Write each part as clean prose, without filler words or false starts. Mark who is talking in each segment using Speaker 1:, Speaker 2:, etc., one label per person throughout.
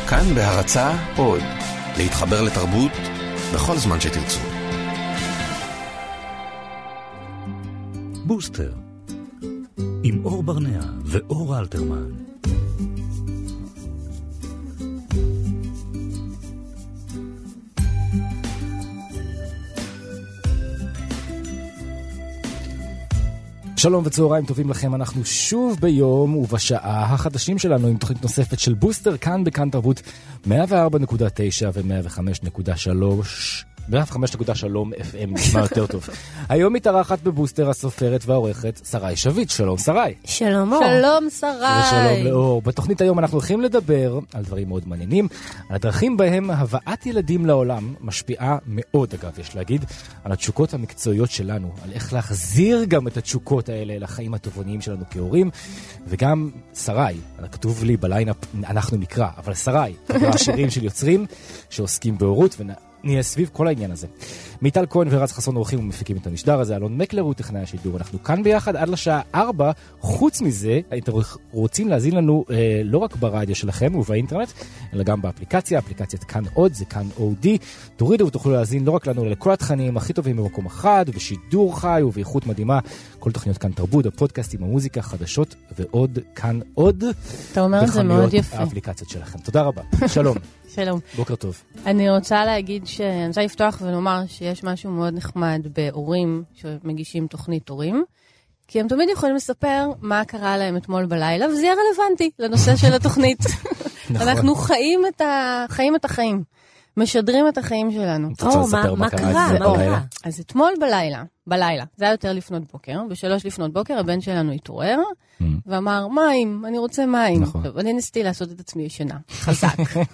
Speaker 1: כאן בהרצאה עוד, להתחבר לתרבות בכל זמן שתרצו.
Speaker 2: בוסטר, עם אור ברנע ואור אלתרמן.
Speaker 3: שלום וצהריים טובים לכם, אנחנו שוב ביום ובשעה החדשים שלנו עם תוכנית נוספת של בוסטר כאן בכאן תרבות 104.9 ו-105.3 FM, נשמע יותר טוב. היום מתארחת בבוסטר הסופרת והעורכת שרי שביט. שלום שרי.
Speaker 4: שלום אור.
Speaker 5: שלום שרי.
Speaker 3: ושלום לאור. בתוכנית היום אנחנו הולכים לדבר על דברים מאוד מעניינים, על הדרכים בהם הבאת ילדים לעולם משפיעה מאוד, אגב, יש להגיד, על התשוקות המקצועיות שלנו, על איך להחזיר גם את התשוקות האלה לחיים התובעניים שלנו כהורים, וגם שרי, כתוב לי בליינאפ, אנחנו נקרא, אבל שרי, שירים של יוצרים שעוסקים בהורות נהיה סביב כל העניין הזה. מיטל כהן ורז חסון עורכים ומפיקים את המשדר הזה, אלון מקלר הוא טכנאי השידור. אנחנו כאן ביחד עד לשעה 4. חוץ מזה, אתם רוצים להזין לנו לא רק ברדיו שלכם ובאינטרנט, אלא גם באפליקציה, אפליקציית כאן עוד, זה כאן אודי. תורידו ותוכלו להזין לא רק לנו, אלא לכל התכנים הכי טובים במקום אחד, ובשידור חי ובאיכות מדהימה. כל תוכניות כאן תרבות, הפודקאסטים, המוזיקה, חדשות ועוד כאן עוד.
Speaker 5: אתה אומר את זה מאוד יפה.
Speaker 3: האפליקציות שלכם. תודה רבה. שלום.
Speaker 5: שלום.
Speaker 3: בוקר טוב.
Speaker 5: אני רוצה להגיד שאני רוצה לפתוח ולומר שיש משהו מאוד נחמד בהורים שמגישים תוכנית הורים, כי הם תמיד יכולים לספר מה קרה להם אתמול בלילה, וזה יהיה רלוונטי לנושא של התוכנית. אנחנו חיים את החיים. משדרים את החיים שלנו.
Speaker 4: מה קרה?
Speaker 5: אז אתמול בלילה, זה היה יותר לפנות בוקר, ב3 לפנות בוקר הבן שלנו התעורר, ואמר, מים, אני רוצה מים. אני ניסיתי לעשות את עצמי ישנה, חזק.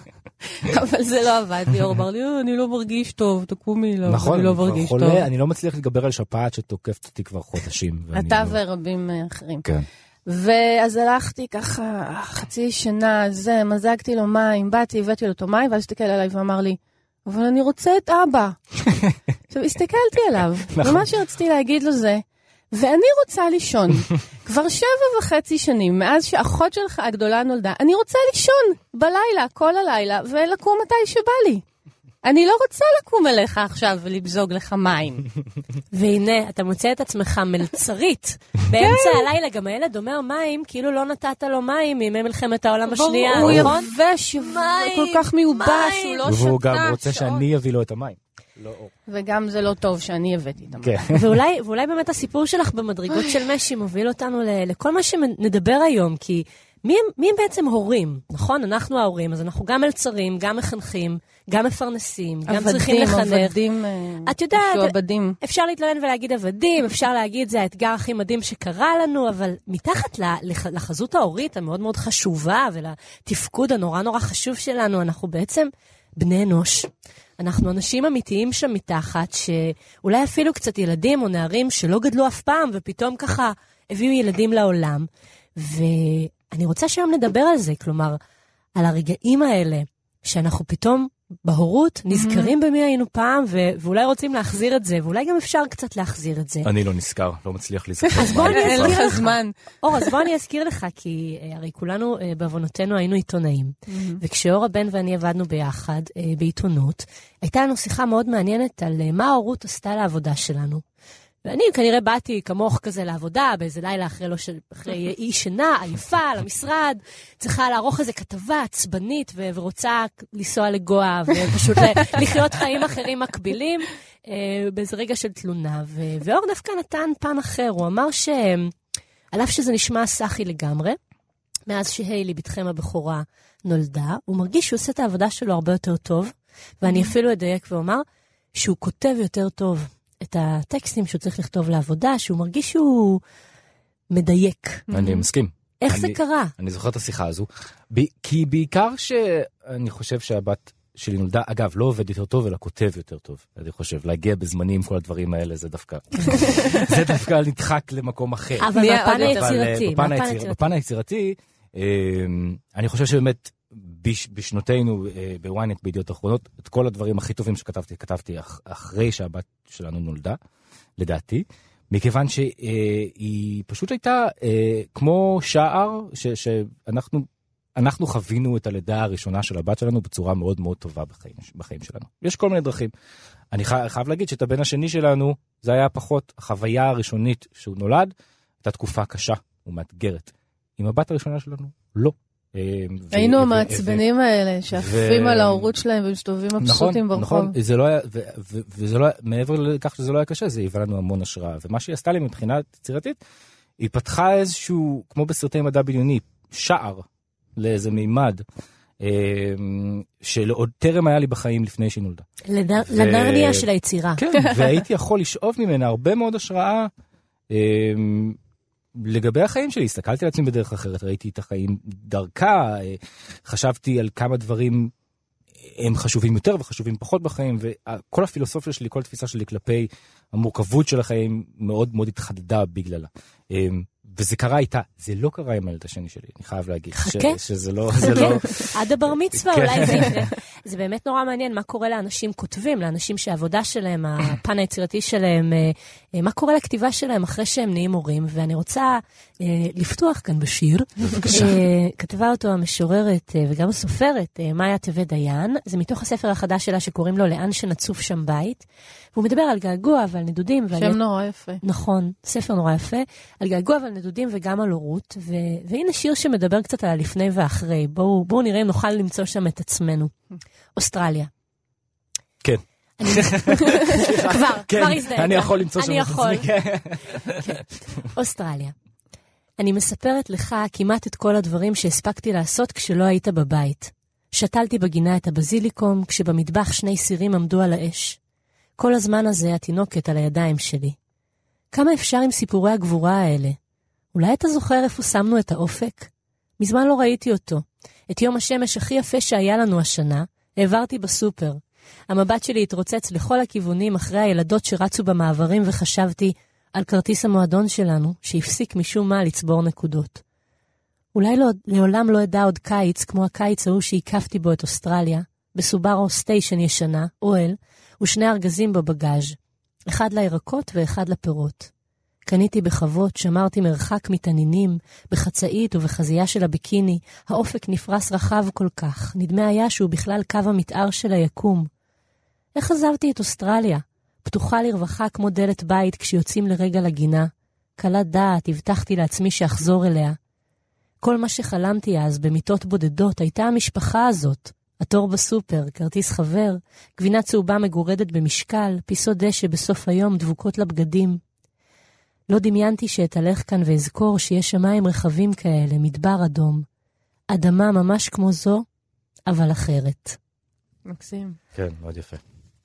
Speaker 5: אבל זה לא עבד, ליאור אמר לי, אני לא מרגיש טוב, תקומי, אני לא מרגיש טוב.
Speaker 3: אני לא מצליח לדבר על שפעת שתוקפת אותי כבר חודשים.
Speaker 5: אתה ורבים אחרים. כן. ואז הלכתי ככה, חצי שנה, מזגתי לו מים, באתי, הבאתי לו אותו מים, ואז הסתכל עליי ואמר לי, אבל אני רוצה את אבא. עכשיו, הסתכלתי עליו, ומה שרציתי להגיד לו זה, ואני רוצה לישון. כבר 7.5 שנים, מאז שאחות שלך הגדולה נולדה, אני רוצה לישון בלילה, כל הלילה, ולקום מתי שבא לי. אני לא רוצה לקום אליך עכשיו ולבזוג לך מים.
Speaker 4: והנה, אתה מוצא את עצמך מלצרית. באמצע הלילה גם הילד אומר מים, כאילו לא נתת לו מים מימי מלחמת העולם השנייה.
Speaker 5: הוא יבש, כל כך מיובש, הוא לא שתה.
Speaker 3: והוא גם רוצה שאני אביא לו את המים.
Speaker 5: וגם זה לא טוב שאני הבאתי את המים.
Speaker 4: ואולי באמת הסיפור שלך במדרגות של משי מוביל אותנו לכל מה שנדבר היום, כי מי הם בעצם הורים? נכון, אנחנו ההורים, אז אנחנו גם מלצרים, גם מחנכים, גם מפרנסים, גם צריכים לחנך.
Speaker 5: עבדים,
Speaker 4: את יודעת, אפשר להתלונן ולהגיד עבדים, אפשר להגיד זה האתגר הכי מדהים שקרה לנו, אבל מתחת לחזות ההורית המאוד מאוד חשובה, ולתפקוד הנורא נורא חשוב שלנו, אנחנו בעצם בני אנוש. אנחנו אנשים אמיתיים שם מתחת, שאולי אפילו קצת ילדים או נערים שלא גדלו אף פעם, ופתאום ככה הביאו ילדים לעולם. ואני רוצה שהיום נדבר על זה, כלומר, על הרגעים האלה, שאנחנו פתאום בהורות נזכרים במי היינו פעם, ואולי רוצים להחזיר את זה, ואולי גם אפשר קצת להחזיר את זה.
Speaker 3: אני לא נזכר, לא מצליח לזכר.
Speaker 4: אז בוא אני אזכיר לך. אור, אז בוא אני אזכיר לך, כי הרי כולנו בעוונותינו היינו עיתונאים, וכשאור הבן ואני עבדנו ביחד בעיתונות, הייתה לנו שיחה מאוד מעניינת על מה ההורות עשתה לעבודה שלנו. ואני כנראה באתי כמוך כזה לעבודה, באיזה לילה אחרי אי שינה, עייפה, למשרד, צריכה לערוך איזה כתבה עצבנית, ורוצה לנסוע לגוע, ופשוט לחיות חיים אחרים מקבילים, באיזה רגע של תלונה. ואור דווקא נתן פן אחר, הוא אמר על אף שזה נשמע סחי לגמרי, מאז שהיילי בתכם הבכורה נולדה, הוא מרגיש שהוא עושה את העבודה שלו הרבה יותר טוב, ואני אפילו אדייק ואומר, שהוא כותב יותר טוב. את הטקסטים שהוא צריך לכתוב לעבודה, שהוא מרגיש שהוא מדייק.
Speaker 3: אני מסכים.
Speaker 4: איך זה קרה?
Speaker 3: אני זוכר את השיחה הזו, כי בעיקר שאני חושב שהבת שלי נולדה, אגב, לא עובד יותר טוב, אלא כותב יותר טוב. אני חושב, להגיע בזמנים, כל הדברים האלה, זה דווקא נדחק למקום אחר.
Speaker 4: אבל בפן היצירתי.
Speaker 3: בפן היצירתי, אני חושב שבאמת, בשנותינו בוויינט בידיעות האחרונות, את כל הדברים הכי טובים שכתבתי אחרי שהבת שלנו נולדה, לדעתי, מכיוון שהיא פשוט הייתה כמו שער שאנחנו אנחנו חווינו את הלידה הראשונה של הבת שלנו בצורה מאוד מאוד טובה בחיים שלנו. יש כל מיני דרכים. אני חייב להגיד שאת הבן השני שלנו, זה היה פחות החוויה הראשונית שהוא נולד, הייתה תקופה קשה ומאתגרת. עם הבת הראשונה שלנו, לא.
Speaker 5: היינו המעצבנים האלה, שעפים על ההורות שלהם ומסתובבים מבסוטים ברחוב.
Speaker 3: נכון, וזה לא, מעבר לכך שזה לא היה קשה, זה היווה לנו המון השראה. ומה שהיא עשתה לי מבחינה יצירתית, היא פתחה איזשהו, כמו בסרטי מדע בדיוני, שער לאיזה מימד, שעוד טרם היה לי בחיים לפני שהיא נולדה.
Speaker 4: לנרניה של היצירה.
Speaker 3: כן, והייתי יכול לשאוב ממנה הרבה מאוד השראה, לגבי החיים שלי. הסתכלתי על עצמי בדרך אחרת, ראיתי את החיים דרכה, חשבתי על כמה דברים הם חשובים יותר וחשובים פחות בחיים, וכל הפילוסופיה שלי, כל התפיסה שלי כלפי המורכבות של החיים מאוד מאוד התחדדה בגללה. וזה קרה איתה, זה לא קרה עם הילד השני שלי, אני חייב להגיד. שזה לא...
Speaker 4: עד הבר מצווה אולי זה יקרה. זה באמת נורא מעניין מה קורה לאנשים כותבים, לאנשים שהעבודה שלהם, הפן היצירתי שלהם, מה קורה לכתיבה שלהם אחרי שהם נהיים הורים, ואני רוצה לפתוח כאן בשיר. כתבה אותו המשוררת וגם הסופרת, מאיה טבת דיין, זה מתוך הספר החדש שלה שקוראים לו לאן שנצוף שם בית, והוא מדבר על געגוע ועל נדודים.
Speaker 5: שם נורא יפה.
Speaker 4: נכון, ספר נורא יפה, על געגוע ועל נדודים וגם על הורות, והנה שיר שמדבר קצת על הלפני ואחרי. בואו נראה אם נוכל למצוא שם את עצמנו. אוסטרליה.
Speaker 3: כן.
Speaker 4: כבר הזדהה.
Speaker 3: אני יכול למצוא שם את עצמי.
Speaker 4: אוסטרליה. אני מספרת לך כמעט את כל הדברים שהספקתי לעשות כשלא היית בבית. שתלתי בגינה את הבזיליקום, כשבמטבח 2 סירים עמדו על האש. כל הזמן הזה התינוקת על הידיים שלי. כמה אפשר עם סיפורי הגבורה האלה? אולי אתה זוכר איפה שמנו את האופק? מזמן לא ראיתי אותו. את יום השמש הכי יפה שהיה לנו השנה, העברתי בסופר. המבט שלי התרוצץ לכל הכיוונים אחרי הילדות שרצו במעברים וחשבתי על כרטיס המועדון שלנו, שהפסיק משום מה לצבור נקודות. אולי לעולם לא ידע עוד קיץ, כמו הקיץ ההוא שהקפתי בו את אוסטרליה, בסובארו סטיישן ישנה, אוהל, ושני ארגזים בבגאז', אחד לירקות ואחד לפירות. קניתי בחוות, שמרתי מרחק מתענינים, בחצאית ובחזייה של הביקיני, האופק נפרס רחב כל כך, נדמה היה שהוא בכלל קו המתאר של היקום. איך עזבתי את אוסטרליה? פתוחה לרווחה כמו דלת בית כשיוצאים לרגע לגינה. קלת דעת, הבטחתי לעצמי שאחזור אליה. כל מה שחלמתי אז במיטות בודדות הייתה המשפחה הזאת. התור בסופר, כרטיס חבר, גבינה צהובה מגורדת במשקל, פיסות דשא בסוף היום דבוקות לבגדים. לא דמיינתי שאתהלך כאן ואזכור שיש שמיים רחבים כאלה, מדבר אדום. אדמה ממש כמו זו, אבל אחרת.
Speaker 5: מקסים.
Speaker 3: כן, מאוד יפה.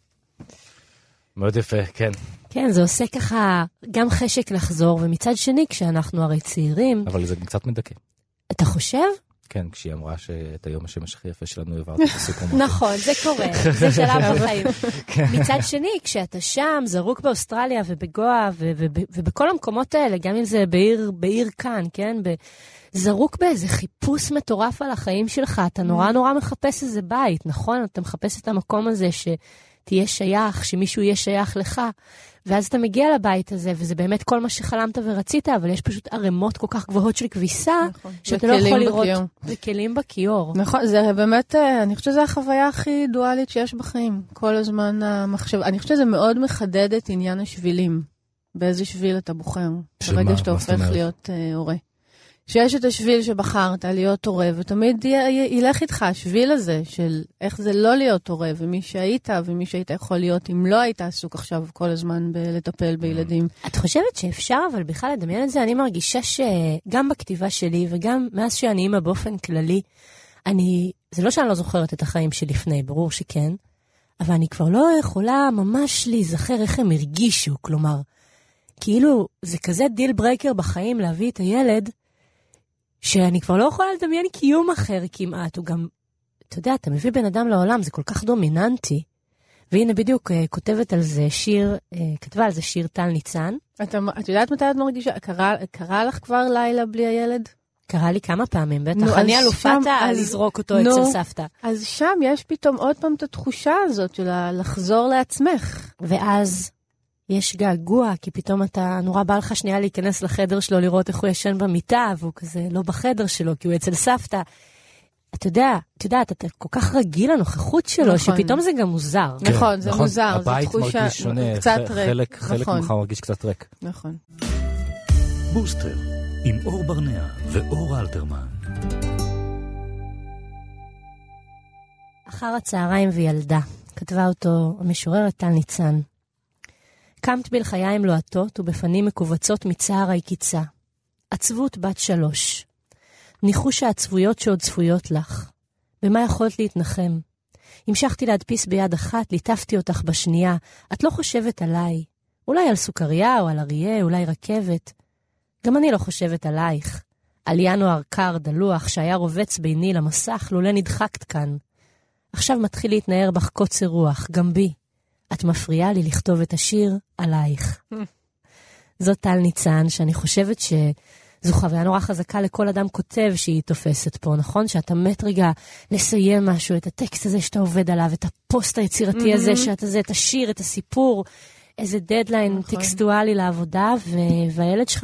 Speaker 3: מאוד יפה, כן.
Speaker 4: כן, זה עושה ככה גם חשק לחזור, ומצד שני, כשאנחנו הרי צעירים...
Speaker 3: אבל זה קצת מדכא.
Speaker 4: אתה חושב?
Speaker 3: כן, כשהיא אמרה שאת היום השמש הכי יפה שלנו העברתי בסיכום.
Speaker 4: נכון, זה קורה, זה שלב בחיים. מצד שני, כשאתה שם, זרוק באוסטרליה ובגואה, ובכל המקומות האלה, גם אם זה בעיר כאן, כן? זרוק באיזה חיפוש מטורף על החיים שלך, אתה נורא נורא מחפש איזה בית, נכון? אתה מחפש את המקום הזה שתהיה שייך, שמישהו יהיה שייך לך, ואז אתה מגיע לבית הזה, וזה באמת כל מה שחלמת ורצית, אבל יש פשוט ערימות כל כך גבוהות של כביסה, נכון. שאתה לא יכול לראות. וכלים בכיור.
Speaker 5: נכון, זה באמת, אני חושבת שזו החוויה הכי דואלית שיש בחיים. כל הזמן המחשב, אני חושבת שזה מאוד מחדד את עניין השבילים. באיזה שביל אתה בוחר. ברגע שאתה הופך להיות הורה. שיש את השביל שבחרת להיות הורה, ותמיד ילך איתך השביל הזה של איך זה לא להיות הורה, ומי שהיית ומי שהיית יכול להיות אם לא היית עסוק עכשיו כל הזמן לטפל בילדים.
Speaker 4: את חושבת שאפשר אבל בכלל לדמיין את זה? אני מרגישה שגם בכתיבה שלי וגם מאז שאני אימא באופן כללי, זה לא שאני לא זוכרת את החיים שלפני, ברור שכן, אבל אני כבר לא יכולה ממש להיזכר איך הם הרגישו, כלומר, כאילו זה כזה דיל ברייקר בחיים להביא את הילד, שאני כבר לא יכולה לדמיין קיום אחר כמעט, הוא גם, אתה יודע, אתה מביא בן אדם לעולם, זה כל כך דומיננטי. והנה בדיוק כותבת על זה שיר, כתבה על זה שיר טל ניצן.
Speaker 5: את יודעת מתי את מרגישה? קרה לך כבר לילה בלי הילד?
Speaker 4: קרה לי כמה פעמים, בטח. אני אלופת לזרוק אותו אצל סבתא.
Speaker 5: אז שם יש פתאום עוד פעם את התחושה הזאת של לחזור לעצמך.
Speaker 4: ואז יש געגוע, כי פתאום אתה נורא בא לך שנייה להיכנס לחדר שלו, לראות איך הוא ישן במיטה, והוא כזה לא בחדר שלו, כי הוא אצל סבתא. אתה יודעת, אתה כל כך רגיל לנוכחות שלו, שפתאום זה גם מוזר.
Speaker 5: נכון, זה מוזר.
Speaker 3: הבית מרגיש שונה, חלק ממך מרגיש קצת ריק.
Speaker 5: נכון.
Speaker 2: בוסטר, עם אור ברנע ואור אלתרמן.
Speaker 4: אחר הצהריים וילדה, כתבה אותו המשוררת טל ניצן. קמת בלחיים לוהטות ובפנים מקובצות מצער היקיצה. עצבות בת 3. ניחוש העצבויות שעוד צפויות לך. במה יכולת להתנחם? המשכתי להדפיס ביד אחת, ליטפתי אותך בשנייה. את לא חושבת עליי. אולי על סוכריה או על אריה, אולי רכבת. גם אני לא חושבת עלייך. על ינואר קר דלוח שהיה רובץ ביני למסך, לולא נדחקת כאן. עכשיו מתחיל להתנער בך קוצר רוח, גם בי. את מפריעה לי לכתוב את השיר עלייך. זאת טל ניצן, שאני חושבת שזו חוויה נורא חזקה לכל אדם כותב שהיא תופסת פה, נכון? שאתה מת רגע לסיים משהו, את הטקסט הזה שאתה עובד עליו, את הפוסט היצירתי הזה, את השיר, את הסיפור, איזה דדליין טקסטואלי לעבודה, והילד שלך,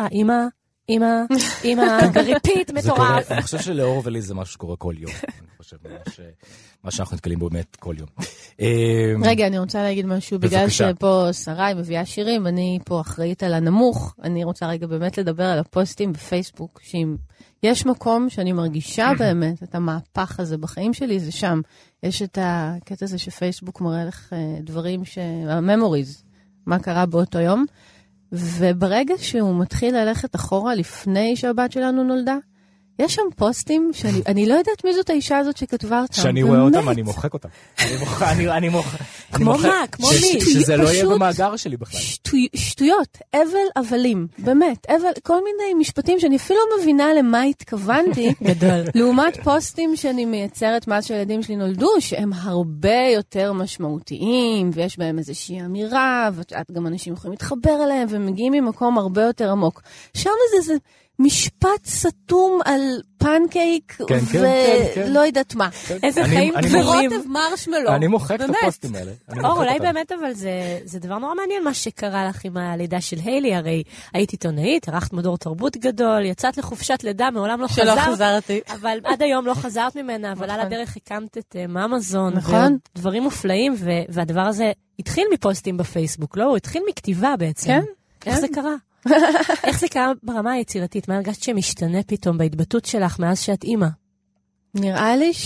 Speaker 4: אמא, בריפיט מטורף.
Speaker 3: אני חושב שלאור ולי זה משהו שקורה כל יום. אני חושב מה שאנחנו נתקלים בו באמת כל יום.
Speaker 5: רגע, אני רוצה להגיד משהו, בגלל שפה שרי מביאה שירים, אני פה אחראית על הנמוך, אני רוצה רגע באמת לדבר על הפוסטים בפייסבוק, שאם יש מקום שאני מרגישה באמת את המהפך הזה בחיים שלי, זה שם. יש את הקטע הזה שפייסבוק מראה לך דברים, הממוריז, מה קרה באותו יום, וברגע שהוא מתחיל ללכת אחורה לפני שהבת שלנו נולדה, יש שם פוסטים שאני לא יודעת מי זאת האישה הזאת שכתבה אותם.
Speaker 3: שאני רואה אותם, אני מוחק אותם. אני מוחק.
Speaker 4: כמו מה? כמו מי?
Speaker 3: שזה לא יהיה במאגר שלי בכלל.
Speaker 5: שטויות, אבלים, באמת, כל מיני משפטים שאני אפילו לא מבינה למה התכוונתי, לעומת פוסטים שאני מייצרת מאז שהילדים שלי נולדו, שהם הרבה יותר משמעותיים, ויש בהם איזושהי אמירה, וגם אנשים יכולים להתחבר אליהם, ומגיעים ממקום הרבה יותר עמוק. שם זה משפט סתום על פנקייק ולא יודעת מה.
Speaker 4: איזה חיים גבוהים.
Speaker 5: ורוטב מרשמלו.
Speaker 3: אני מוחק את הפוסטים האלה.
Speaker 4: אור, אולי באמת, אבל זה דבר נורא מעניין מה שקרה לך עם הלידה של היילי. הרי היית עיתונאית, ערכת מדור תרבות גדול, יצאת לחופשת לידה, מעולם לא חזרת.
Speaker 5: שלא חזרתי.
Speaker 4: אבל עד היום לא חזרת ממנה, אבל על הדרך הקמת את ממזון.
Speaker 5: נכון.
Speaker 4: דברים מופלאים, והדבר הזה התחיל מפוסטים בפייסבוק, לא? הוא התחיל מכתיבה בעצם.
Speaker 5: כן.
Speaker 4: איך זה קרה? איך זה קרה ברמה היצירתית? מה הרגשת שמשתנה פתאום בהתבטאות שלך מאז שאת אימא?
Speaker 5: נראה לי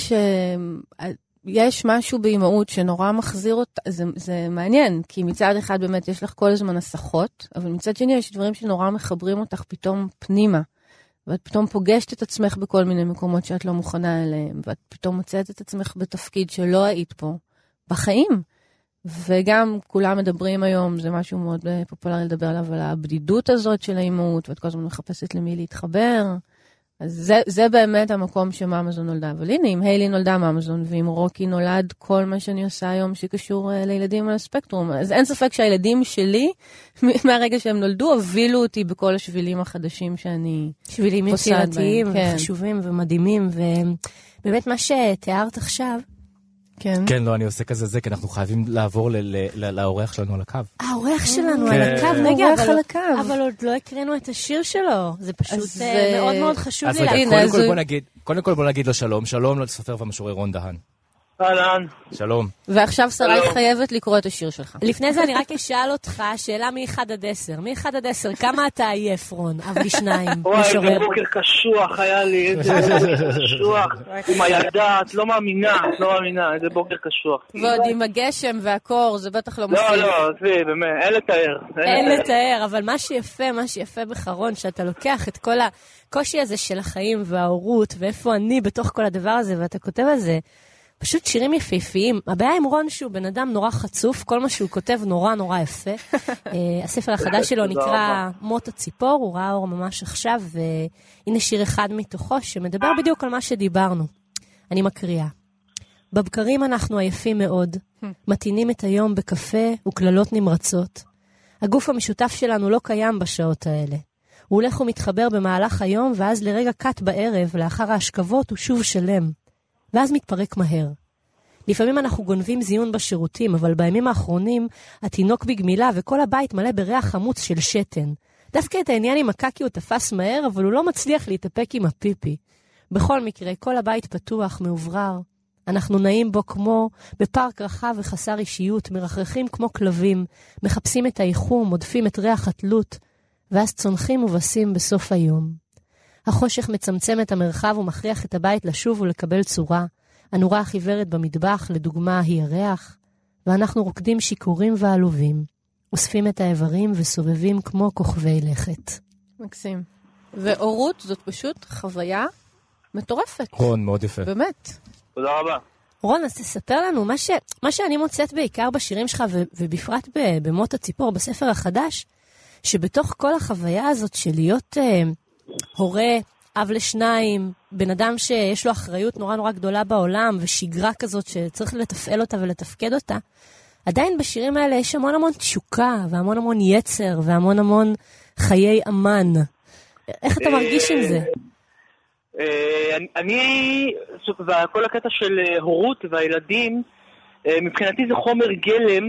Speaker 5: שיש משהו באימהות שנורא מחזיר אותה, זה מעניין, כי מצד אחד באמת יש לך כל הזמן הסחות, אבל מצד שני יש דברים שנורא מחברים אותך פתאום פנימה, ואת פתאום פוגשת את עצמך בכל מיני מקומות שאת לא מוכנה אליהם, ואת פתאום מוצאת את עצמך בתפקיד שלא היית פה, בחיים. וגם כולם מדברים היום, זה משהו מאוד פופולרי לדבר עליו, על הבדידות הזאת של האימהות, ואת כל הזמן מחפשת למי להתחבר. אז זה באמת המקום שמאמזון נולדה. אבל הנה, עם היילי נולדה מאמזון, ועם רוקי נולד כל מה שאני עושה היום שקשור לילדים על הספקטרום. אז אין ספק שהילדים שלי, מהרגע שהם נולדו, הובילו אותי בכל השבילים החדשים שאני
Speaker 4: שבילים יצירתיים, וחשובים ומדהימים, ובאמת מה שתיארת עכשיו,
Speaker 3: כן, לא, אני עושה כזה זה, כי אנחנו חייבים לעבור לאורח שלנו על הקו.
Speaker 4: האורח שלנו על הקו, רגע, אבל עוד לא הקראנו את השיר שלו. זה פשוט מאוד מאוד חשוב לי.
Speaker 3: קודם כל בוא נגיד לו שלום, שלום לסופר והמשורר רון דהן.
Speaker 6: אהלן.
Speaker 3: שלום.
Speaker 5: ועכשיו שרי חייבת לקרוא את השיר שלך.
Speaker 4: לפני זה אני רק אשאל אותך, שאלה מ-1 עד 10. מ-1 עד 10, כמה אתה עייף, רון? אבלי 2,
Speaker 6: משורר. וואי, איזה בוקר קשוח היה לי, איזה בוקר קשוח. עם הילדה, את לא מאמינה, איזה בוקר קשוח.
Speaker 5: ועוד עם הגשם והקור, זה בטח לא מוסיף.
Speaker 6: לא, זה באמת, אין לתאר.
Speaker 4: אין לתאר, אבל מה שיפה בחרון, שאתה לוקח את כל הקושי הזה של החיים וההורות, ואיפה אני בתוך כל הדבר הזה, ואתה כותב על זה, פשוט שירים יפהפיים. הבעיה עם רון שהוא בן אדם נורא חצוף, כל מה שהוא כותב נורא נורא יפה. הספר החדש שלו נקרא מות הציפור, הוא ראה אור ממש עכשיו, והנה שיר אחד מתוכו שמדבר בדיוק על מה שדיברנו. אני מקריאה. בבקרים אנחנו עייפים מאוד, מתינים את היום בקפה וכללות נמרצות. הגוף המשותף שלנו לא קיים בשעות האלה. הוא הולך ומתחבר במהלך היום, ואז לרגע קט בערב, לאחר ההשכבות, הוא שוב שלם. ואז מתפרק מהר. לפעמים אנחנו גונבים זיון בשירותים, אבל בימים האחרונים התינוק בגמילה וכל הבית מלא בריח חמוץ של שתן. דווקא את העניין עם הקקי הוא תפס מהר, אבל הוא לא מצליח להתאפק עם הפיפי. בכל מקרה, כל הבית פתוח, מאוברר. אנחנו נעים בו כמו בפארק רחב וחסר אישיות, מרחרחים כמו כלבים, מחפשים את האיחום, מודפים את ריח התלות, ואז צונחים ובסים בסוף היום. החושך מצמצם את המרחב ומכריח את הבית לשוב ולקבל צורה. הנורה החיוורת במטבח, לדוגמה, היא הריח, ואנחנו רוקדים שיקורים ועלובים, אוספים את האיברים וסובבים כמו כוכבי לכת.
Speaker 5: מקסים. ואורות זאת פשוט חוויה מטורפת.
Speaker 3: רון, מאוד יפה.
Speaker 5: באמת.
Speaker 6: תודה רבה.
Speaker 4: רון, אז תספר לנו, מה שאני מוצאת בעיקר בשירים שלך, ובפרט במות הציפור, בספר החדש, שבתוך כל החוויה הזאת של להיות הורה, אב לשניים, בן אדם שיש לו אחריות נורא נורא גדולה בעולם, ושגרה כזאת שצריך לתפעל אותה ולתפקד אותה, עדיין בשירים האלה יש המון המון תשוקה, והמון המון יצר, והמון המון חיי אמן. איך אתה מרגיש עם זה?
Speaker 6: כל הקטע של הורות והילדים, מבחינתי זה חומר גלם,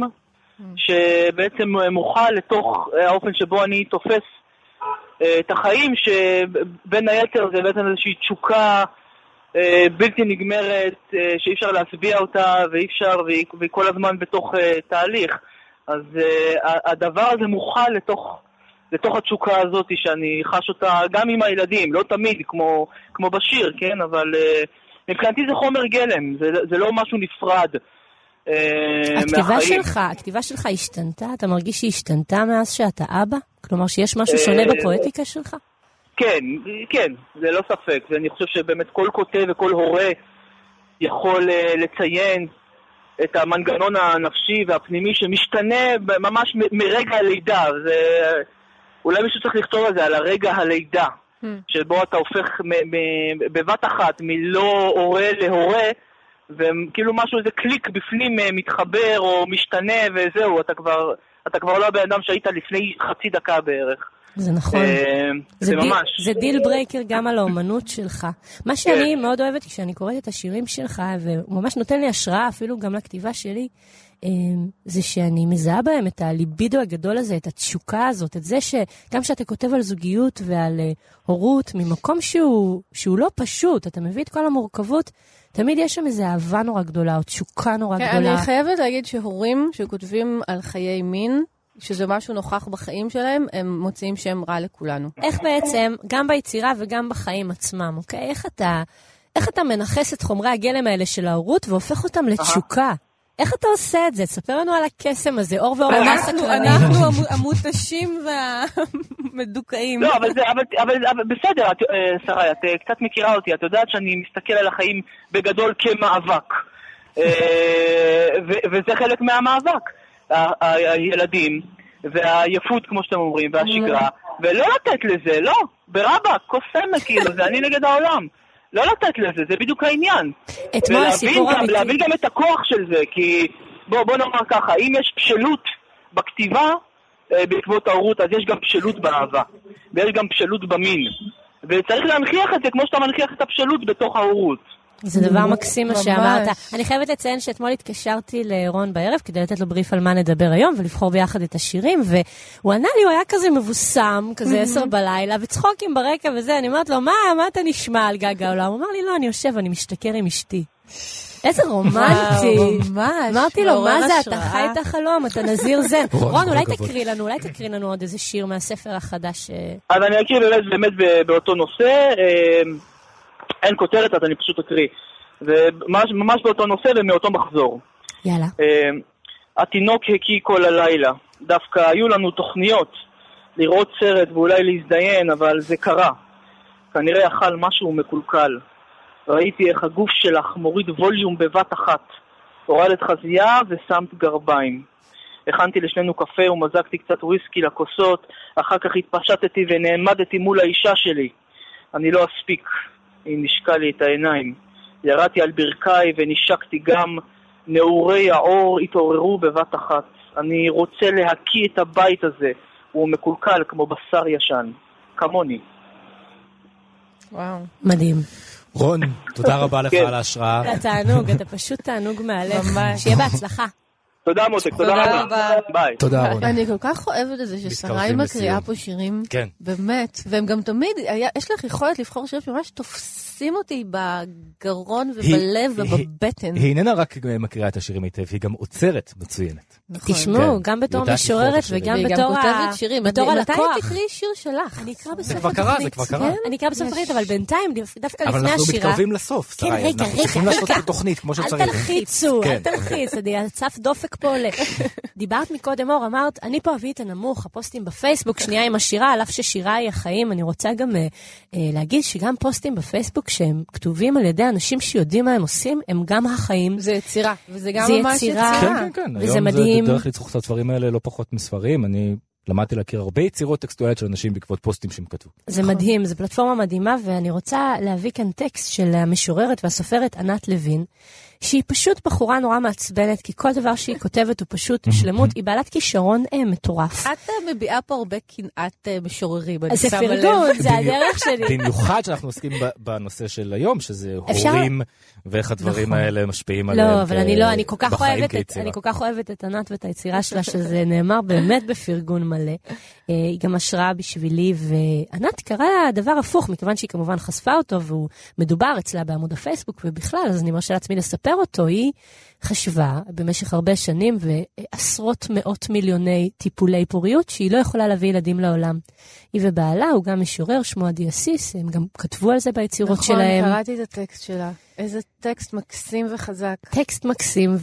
Speaker 6: שבעצם מוכל לתוך האופן שבו אני תופס את החיים, שבין היתר זה בעצם איזושהי תשוקה בלתי נגמרת, שאי אפשר להסביע אותה, והיא כל הזמן בתוך תהליך. אז הדבר הזה מוכל לתוך התשוקה הזאת, שאני חש אותה גם עם הילדים, לא תמיד כמו בשיר, כן? אבל מבחינתי זה חומר גלם, זה לא משהו נפרד מהחיים.
Speaker 4: הכתיבה שלך השתנתה? אתה מרגיש שהיא השתנתה מאז שאתה אבא? כלומר שיש משהו שונה בפואטיקה שלך?
Speaker 6: כן, זה לא ספק. ואני חושב שבאמת כל כותב וכל הורה יכול לציין את המנגנון הנפשי והפנימי שמשתנה ממש מרגע הלידה. אולי מישהו צריך לכתוב על זה, על הרגע הלידה, שבו אתה הופך בבת אחת מלא הורה להורה, וכאילו משהו, איזה קליק בפנים מתחבר או משתנה וזהו, אתה כבר לא הבן אדם שהיית לפני חצי דקה בערך.
Speaker 4: זה נכון.
Speaker 6: זה ממש.
Speaker 4: זה דיל ברייקר גם על האומנות שלך. מה שאני מאוד אוהבת כשאני קוראת את השירים שלך, והוא ממש נותן לי השראה אפילו גם לכתיבה שלי, זה שאני מזהה בהם את הליבידו הגדול הזה, את התשוקה הזאת, את זה שגם שאתה כותב על זוגיות ועל הורות, ממקום שהוא לא פשוט, אתה מביא את כל המורכבות, תמיד יש שם איזו אהבה נורא גדולה, או תשוקה נורא גדולה.
Speaker 5: אני חייבת להגיד שהורים שכותבים על חיי מין, שזה משהו נוכח בחיים שלהם, הם מוצאים שם רע לכולנו.
Speaker 4: איך בעצם, גם ביצירה וגם בחיים עצמם, אוקיי? איך אתה מנחס את חומרי הגלם האלה של ההורות, והופך אותם לתשוקה? איך אתה עושה את זה? תספר לנו על הקסם הזה, אור ואור.
Speaker 5: אנחנו המותשים והמדוכאים.
Speaker 6: לא, אבל בסדר, שרי, את קצת מכירה אותי, את יודעת שאני מסתכל על החיים בגדול כמאבק. וזה חלק מהמאבק. הילדים, והעייפות, כמו שאתם אומרים, והשגרה, ולא לתת לזה, לא, ברבא, קוסמת כאילו, זה אני נגד העולם. לא לתת לזה, זה בדיוק העניין. ולהבין גם את הכוח של זה, כי בוא נאמר ככה, אם יש בשלות בכתיבה בעקבות ההורות, אז יש גם בשלות באהבה, ויש גם בשלות במין. וצריך להנכיח את זה כמו שאתה מנכיח את הבשלות בתוך ההורות.
Speaker 4: זה דבר מקסים מה שאמרת. אני חייבת לציין שאתמול התקשרתי לרון בערב כדי לתת לו בריף על מה נדבר היום ולבחור ביחד את השירים, והוא ענה לי, הוא היה כזה מבוסם, כזה 10 בלילה, וצחוקים ברקע וזה, אני אומרת לו, מה אתה נשמע על גג העולם? הוא אמר לי, לא, אני יושב, אני משתכר עם אשתי. איזה רומנטי. אמרתי לו, מה זה, אתה חי את החלום, אתה נזיר זן. רון, אולי תקריא לנו עוד איזה שיר מהספר החדש.
Speaker 6: אז אני אקריא באמת באותו נושא, אין כותרת, אז אני פשוט אקריא. וממש באותו נושא ומאותו מחזור.
Speaker 4: יאללה.
Speaker 6: התינוק הקיא כל הלילה. דווקא היו לנו תוכניות לראות סרט ואולי להזדיין, אבל זה קרה. כנראה אכל משהו מקולקל. ראיתי איך הגוף שלך מוריד ווליום בבת אחת. הורדת חזייה ושמת גרביים. הכנתי לשנינו קפה ומזגתי קצת וויסקי לכוסות. אחר כך התפשטתי ונעמדתי מול האישה שלי. אני לא אספיק. היא נשקה לי את העיניים. ירדתי על ברכיי ונשקתי גם. נעורי האור התעוררו בבת אחת. אני רוצה להקיא את הבית הזה. הוא מקולקל כמו בשר ישן. כמוני.
Speaker 5: וואו.
Speaker 4: מדהים.
Speaker 3: רון, תודה רבה לך על ההשראה.
Speaker 4: אתה תענוג, אתה פשוט תענוג מהלך. שיהיה בהצלחה.
Speaker 6: תודה מותק, תודה רבה. ביי.
Speaker 3: תודה רבה.
Speaker 5: אני כל כך אוהבת את זה ששרי מקריאה פה שירים, באמת, והם גם תמיד, יש לך יכולת לבחור שירים שממש תופסים אותי בגרון ובלב ובבטן.
Speaker 3: היא איננה רק מקריאה את השירים היטב, היא גם עוצרת מצוינת.
Speaker 4: תשמעו, גם בתור משוררת וגם בתור
Speaker 5: כותבת שירים.
Speaker 4: בתור הלקוח.
Speaker 5: מתי תקראי שיר שלך?
Speaker 4: אני אקרא בסוף
Speaker 3: זה כבר קרה, זה כבר קרה.
Speaker 4: אני אקרא בסוף התוכנית, אבל בינתיים, דווקא לפני השירה.
Speaker 3: אבל אנחנו מתקרבים לסוף, שרי, אנחנו צריכים לעשות את התוכנית כמו שצריך.
Speaker 4: אל תלחיצו, אל תלחיץ, אני הצף דופק פה עולה. דיברת מקודם אור, אמרת, אני פה אביא את הנמוך, הפוסטים בפייסבוק, שנייה עם השירה, על אף ששירה היא החיים. אני רוצה גם להגיד שגם פוסטים בפייסבוק שהם כתובים על ידי אנשים שיודעים מה הם עושים, הם גם החיים.
Speaker 5: זה יצירה, וזה גם ממש יצירה.
Speaker 3: כן, כן, היום זה דרך לצרוך את הדברים האלה לא פחות מספרים. אני למדתי להכיר הרבה יצירות טקסטואליות של אנשים בעקבות פוסטים שהם כתבו.
Speaker 4: זה מדהים, זו פלטפורמה מדהימה, ואני רוצה להביא כאן טקסט של המשוררת והסופרת ענת לוין, שהיא פשוט בחורה נורא מעצבנת, כי כל דבר שהיא כותבת הוא פשוט שלמות, היא בעלת כישרון מטורף.
Speaker 5: את מביאה פה הרבה קנאת משוררים,
Speaker 4: זה פרגון, זה הדרך שלי.
Speaker 3: במיוחד שאנחנו עוסקים בנושא של היום, שזה הורים, ואיך הדברים האלה משפיעים עליהם.
Speaker 4: לא, אבל אני כל כך אוהבת את ענת ואת היצירה שלה, שזה נאמר באמת בפרגון מלא. היא גם השראה בשבילי, וענת קרא לה דבר הפוך, מכיוון שהיא כמובן חשפה אותו, והוא מדובר אצלה בעמוד הפייסבוק, ובכלל, אז אני מרשה לעצמי לספר אותו. היא חשבה במשך הרבה שנים ועשרות מאות מיליוני טיפולי פוריות שהיא לא יכולה להביא ילדים לעולם. היא ובעלה, הוא גם משורר, שמו עדי אסיס, הם גם כתבו על זה ביצירות שלהם.
Speaker 5: נכון, קראתי את הטקסט שלה. איזה טקסט מקסים וחזק.
Speaker 4: טקסט מקסים,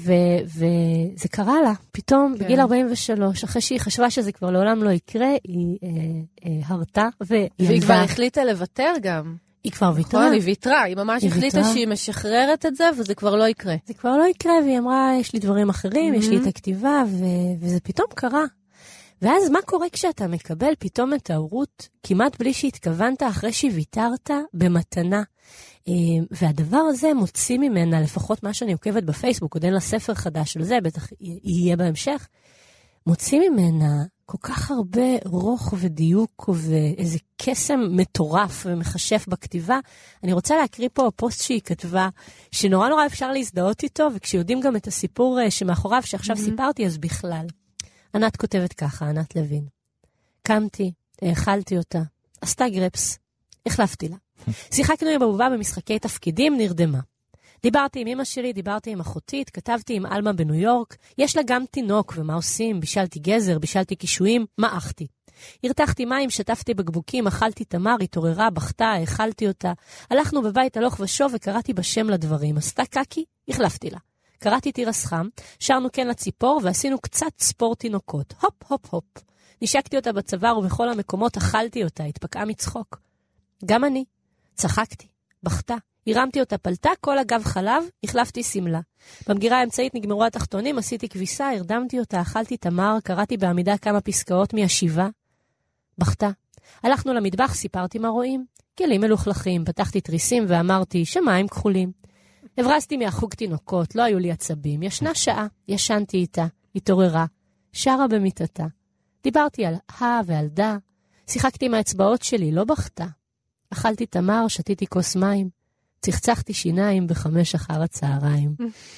Speaker 4: וזה קרה לה. פתאום, בגיל 43, אחרי שהיא חשבה שזה כבר לעולם לא יקרה, היא הרתה
Speaker 5: והיא כבר החליטה לוותר גם.
Speaker 4: היא כבר ויתרה.
Speaker 5: נכון, היא ויתרה. היא ממש החליטה שהיא משחררת את זה, וזה כבר לא יקרה.
Speaker 4: זה כבר לא יקרה, והיא אמרה, יש לי דברים אחרים, יש לי את הכתיבה, וזה פתאום קרה. ואז מה קורה כשאתה מקבל פתאום את ההורות, כמעט בלי שהתכוונת אחרי שוויתרת במתנה? והדבר הזה מוציא ממנה, לפחות מה שאני עוקבת בפייסבוק, עוד אין לה ספר חדש של זה, בטח יהיה בהמשך, מוציא ממנה כל כך הרבה רוח ודיוק ואיזה קסם מטורף ומחשף בכתיבה. אני רוצה להקריא פה פוסט שהיא כתבה, שנורא נורא אפשר להזדהות איתו, וכשיודעים גם את הסיפור שמאחוריו שעכשיו סיפרתי, אז בכלל. ענת כותבת ככה, ענת לוין. קמתי, האכלתי אותה, עשתה גרפס, החלפתי לה. שיחקנו עם הבובה במשחקי תפקידים, נרדמה. דיברתי עם אמא שלי, דיברתי עם אחותי, כתבתי עם אלמה בניו יורק, יש לה גם תינוק, ומה עושים? בישלתי גזר, בישלתי קישואים, מעכתי. הרתחתי מים, שטפתי בקבוקים, אכלתי תמר, התעוררה, בכתה, האכלתי אותה. הלכנו בבית הלוך ושוב וקראתי בשם לדברים. עשתה קקי, החלפתי לה. קראתי תירס חם, שרנו כן לציפור ועשינו קצת ספור תינוקות. הופ, הופ, הופ. נשקתי אותה בצוואר ובכל המקומות אכלתי אותה, התפקעה מצחוק. גם אני. צחקתי, בכתה. הרמתי אותה פלטה, כל הגב חלב, החלפתי סמלה. במגירה האמצעית נגמרו התחתונים, עשיתי כביסה, הרדמתי אותה, אכלתי תמר, קראתי בעמידה כמה פסקאות מהשיבה. בכתה. הלכנו למטבח, סיפרתי מה רואים. כלים מלוכלכים, פתחתי תריסים ואמרתי, שמיים כחולים. הברסתי מהחוג תינוקות, לא היו לי עצבים. ישנה שעה, ישנתי איתה, התעוררה, שרה במיטתה. דיברתי על ועל דה, שיחקתי עם האצבעות שלי, לא בכתה. אכלתי תמר, שתיתי כוס מים. צחצחתי שיניים 5 אחר הצהריים.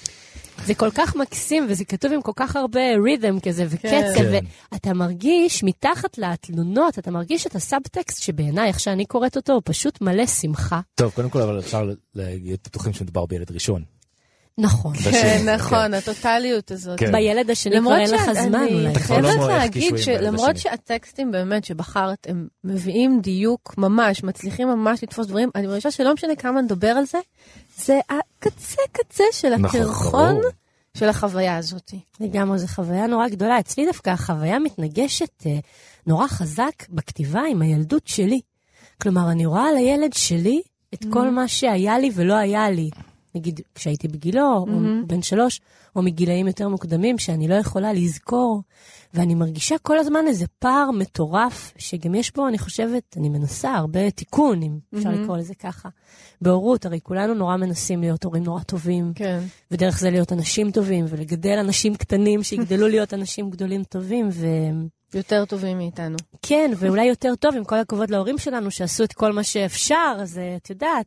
Speaker 4: זה כל כך מקסים, וזה כתוב עם כל כך הרבה רית'ם כזה, וקצב, ואתה מרגיש מתחת לתלונות, אתה מרגיש את הסאבטקסט שבעיניי, איך שאני קוראת אותו, הוא פשוט מלא שמחה.
Speaker 3: טוב, קודם כל, אבל אפשר להיות בטוחים שמדובר בילד ראשון.
Speaker 4: נכון.
Speaker 5: כן, נכון, הטוטליות הזאת.
Speaker 4: בילד השני כבר אין לך זמן.
Speaker 5: אני חייבת להגיד שלמרות שהטקסטים באמת שבחרת, הם מביאים דיוק ממש, מצליחים ממש לתפוס דברים, אני מרגישה שלא משנה כמה נדבר על זה, זה הקצה של הקרחון של החוויה הזאת.
Speaker 4: לגמרי, זו חוויה נורא גדולה. אצלי דווקא החוויה מתנגשת נורא חזק בכתיבה עם הילדות שלי. כלומר, אני רואה על הילד שלי את כל מה שהיה לי ולא היה לי. נגיד, כשהייתי בגילו, או בן 3, או מגילאים יותר מוקדמים, שאני לא יכולה לזכור, ואני מרגישה כל הזמן איזה פער מטורף, שגם יש בו, אני חושבת, אני מנסה הרבה תיקון, אם אפשר לקרוא לזה ככה. בהורות, הרי כולנו נורא מנסים להיות הורים נורא טובים,
Speaker 5: כן.
Speaker 4: ודרך זה להיות אנשים טובים, ולגדל אנשים קטנים שיגדלו להיות אנשים גדולים טובים,
Speaker 5: יותר טובים מאיתנו.
Speaker 4: כן, ואולי יותר טוב, עם כל הכבוד להורים שלנו, שעשו את כל מה שאפשר, אז את יודעת,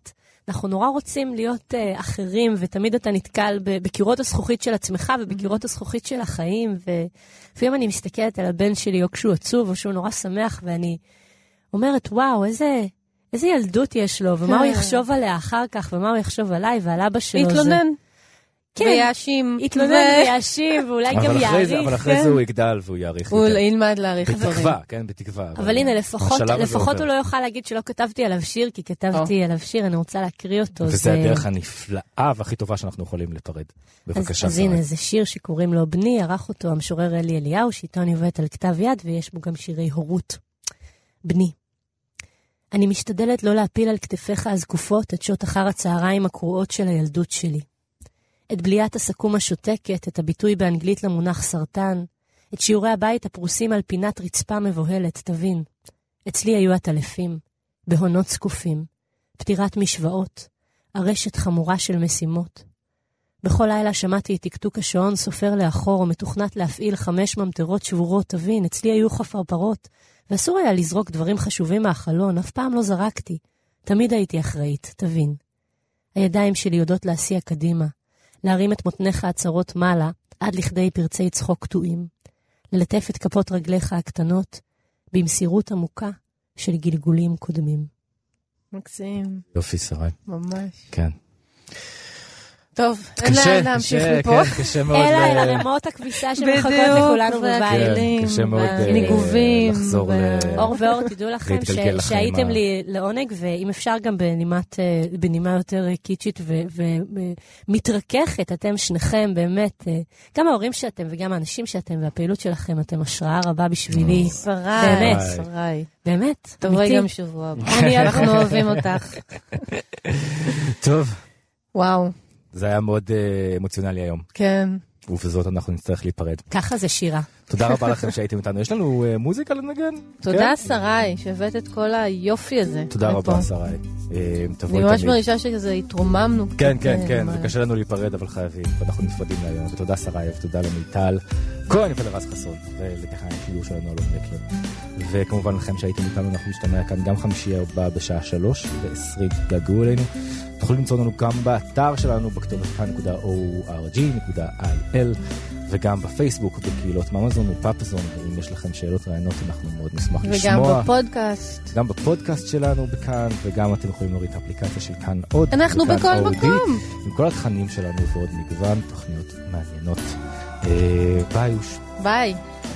Speaker 4: אנחנו נורא רוצים להיות אחרים, ותמיד אתה נתקל בקירות הזכוכית של עצמך, ובקירות הזכוכית של החיים, ולפעמים אני מסתכלת על הבן שלי, או כשהוא עצוב, או שהוא נורא שמח, ואני אומרת, וואו, איזה ילדות יש לו, ומה הוא יחשוב עליה אחר כך, ומה הוא יחשוב עליי, ועל אבא שלו.
Speaker 5: להתלונן.
Speaker 4: כן,
Speaker 5: ויאשים.
Speaker 4: יתלונן ויאשים, ואולי גם יעריך.
Speaker 3: אבל אחרי זה הוא יגדל והוא יעריך.
Speaker 5: הוא ילמד להעריך.
Speaker 3: בתקווה, כן, בתקווה.
Speaker 4: אבל הנה, לפחות הוא לא יוכל להגיד שלא כתבתי עליו שיר, כי כתבתי עליו שיר, אני רוצה להקריא אותו.
Speaker 3: וזה הדרך הנפלאה והכי טובה שאנחנו יכולים לפרד. בבקשה.
Speaker 4: אז הנה, זה שיר שקוראים לו בני, ערך אותו המשורר אלי אליהו, שאיתו אני עובדת על כתב יד, ויש בו גם שירי הורות. בני. אני משתדלת לא להפיל על כתפיך הזקופות את שעות אחר הצהריים הקרועות של הילדות שלי. את בליית הסכום השותקת, את הביטוי באנגלית למונח סרטן, את שיעורי הבית הפרוסים על פינת רצפה מבוהלת, תבין. אצלי היו הטלפים, בהונות זקופים, פתירת משוואות, הרשת חמורה של משימות. בכל לילה שמעתי את תקתוק השעון סופר לאחור ומתוכנת להפעיל 5 ממטרות שבורות, תבין, אצלי היו חפרפרות, ואסור היה לזרוק דברים חשובים מהחלון, אף פעם לא זרקתי. תמיד הייתי אחראית, תבין. הידיים שלי יודעות להסיע קדימה, להרים את מותניך הצרות מעלה, עד לכדי פרצי צחוק קטועים, ללטף את כפות רגליך הקטנות, במסירות עמוקה של גלגולים קודמים.
Speaker 5: מקסים.
Speaker 3: יופי, שרי.
Speaker 5: ממש.
Speaker 3: כן.
Speaker 5: טוב, אין לאן להמשיך מפה.
Speaker 3: כן, קשה מאוד.
Speaker 4: אלא אל הרמות הכביסה שמחכות לכולנו בבית.
Speaker 3: כן, קשה מאוד
Speaker 5: ניגובים.
Speaker 3: לחזור
Speaker 4: אור ואור, תדעו לכם שהייתם לי לעונג, ואם אפשר גם בנימה יותר קיצ'ית ומתרככת, אתם שניכם באמת, גם ההורים שאתם וגם האנשים שאתם והפעילות שלכם, אתם השראה רבה בשבילי.
Speaker 5: שרי.
Speaker 4: באמת.
Speaker 5: תבואי גם שבוע. אנחנו אוהבים אותך.
Speaker 3: טוב.
Speaker 5: וואו.
Speaker 3: זה היה מאוד אמוציונלי היום.
Speaker 5: כן.
Speaker 3: ובזאת אנחנו נצטרך להיפרד.
Speaker 4: ככה זה שירה.
Speaker 3: תודה רבה לכם שהייתם איתנו. יש לנו מוזיקה לנגן?
Speaker 5: תודה, שרי, שהבאת את כל היופי הזה.
Speaker 3: תודה רבה, שרי.
Speaker 5: אני ממש מרגישה שזה התרוממנו.
Speaker 3: כן, כן, כן. זה קשה לנו להיפרד, אבל חייבים. ואנחנו נפרדים להיום. ותודה, שרי, ותודה למיטל כהן ולרז חסון. ולטכנאי הקיור שלנו, אלון מקלר. וכמובן לכם שהייתם איתנו, אנחנו נשתמע כאן גם חמישי הבא בשעה 3:20. געגעו אלינו. תוכלו למצוא לנו גם באתר שלנו, בכתובת כאן.org.il, וגם בפייסבוק, בקהילות ממזון ופאפזון, ואם יש לכם שאלות רעיונות, אנחנו מאוד נשמח לשמוע.
Speaker 5: וגם בפודקאסט.
Speaker 3: גם בפודקאסט שלנו בכאן, וגם אתם יכולים להוריד את האפליקציה של כאן עוד.
Speaker 5: אנחנו בכל מקום.
Speaker 3: עם כל התכנים שלנו ועוד מגוון תוכניות מעניינות. ביי.
Speaker 5: ביי.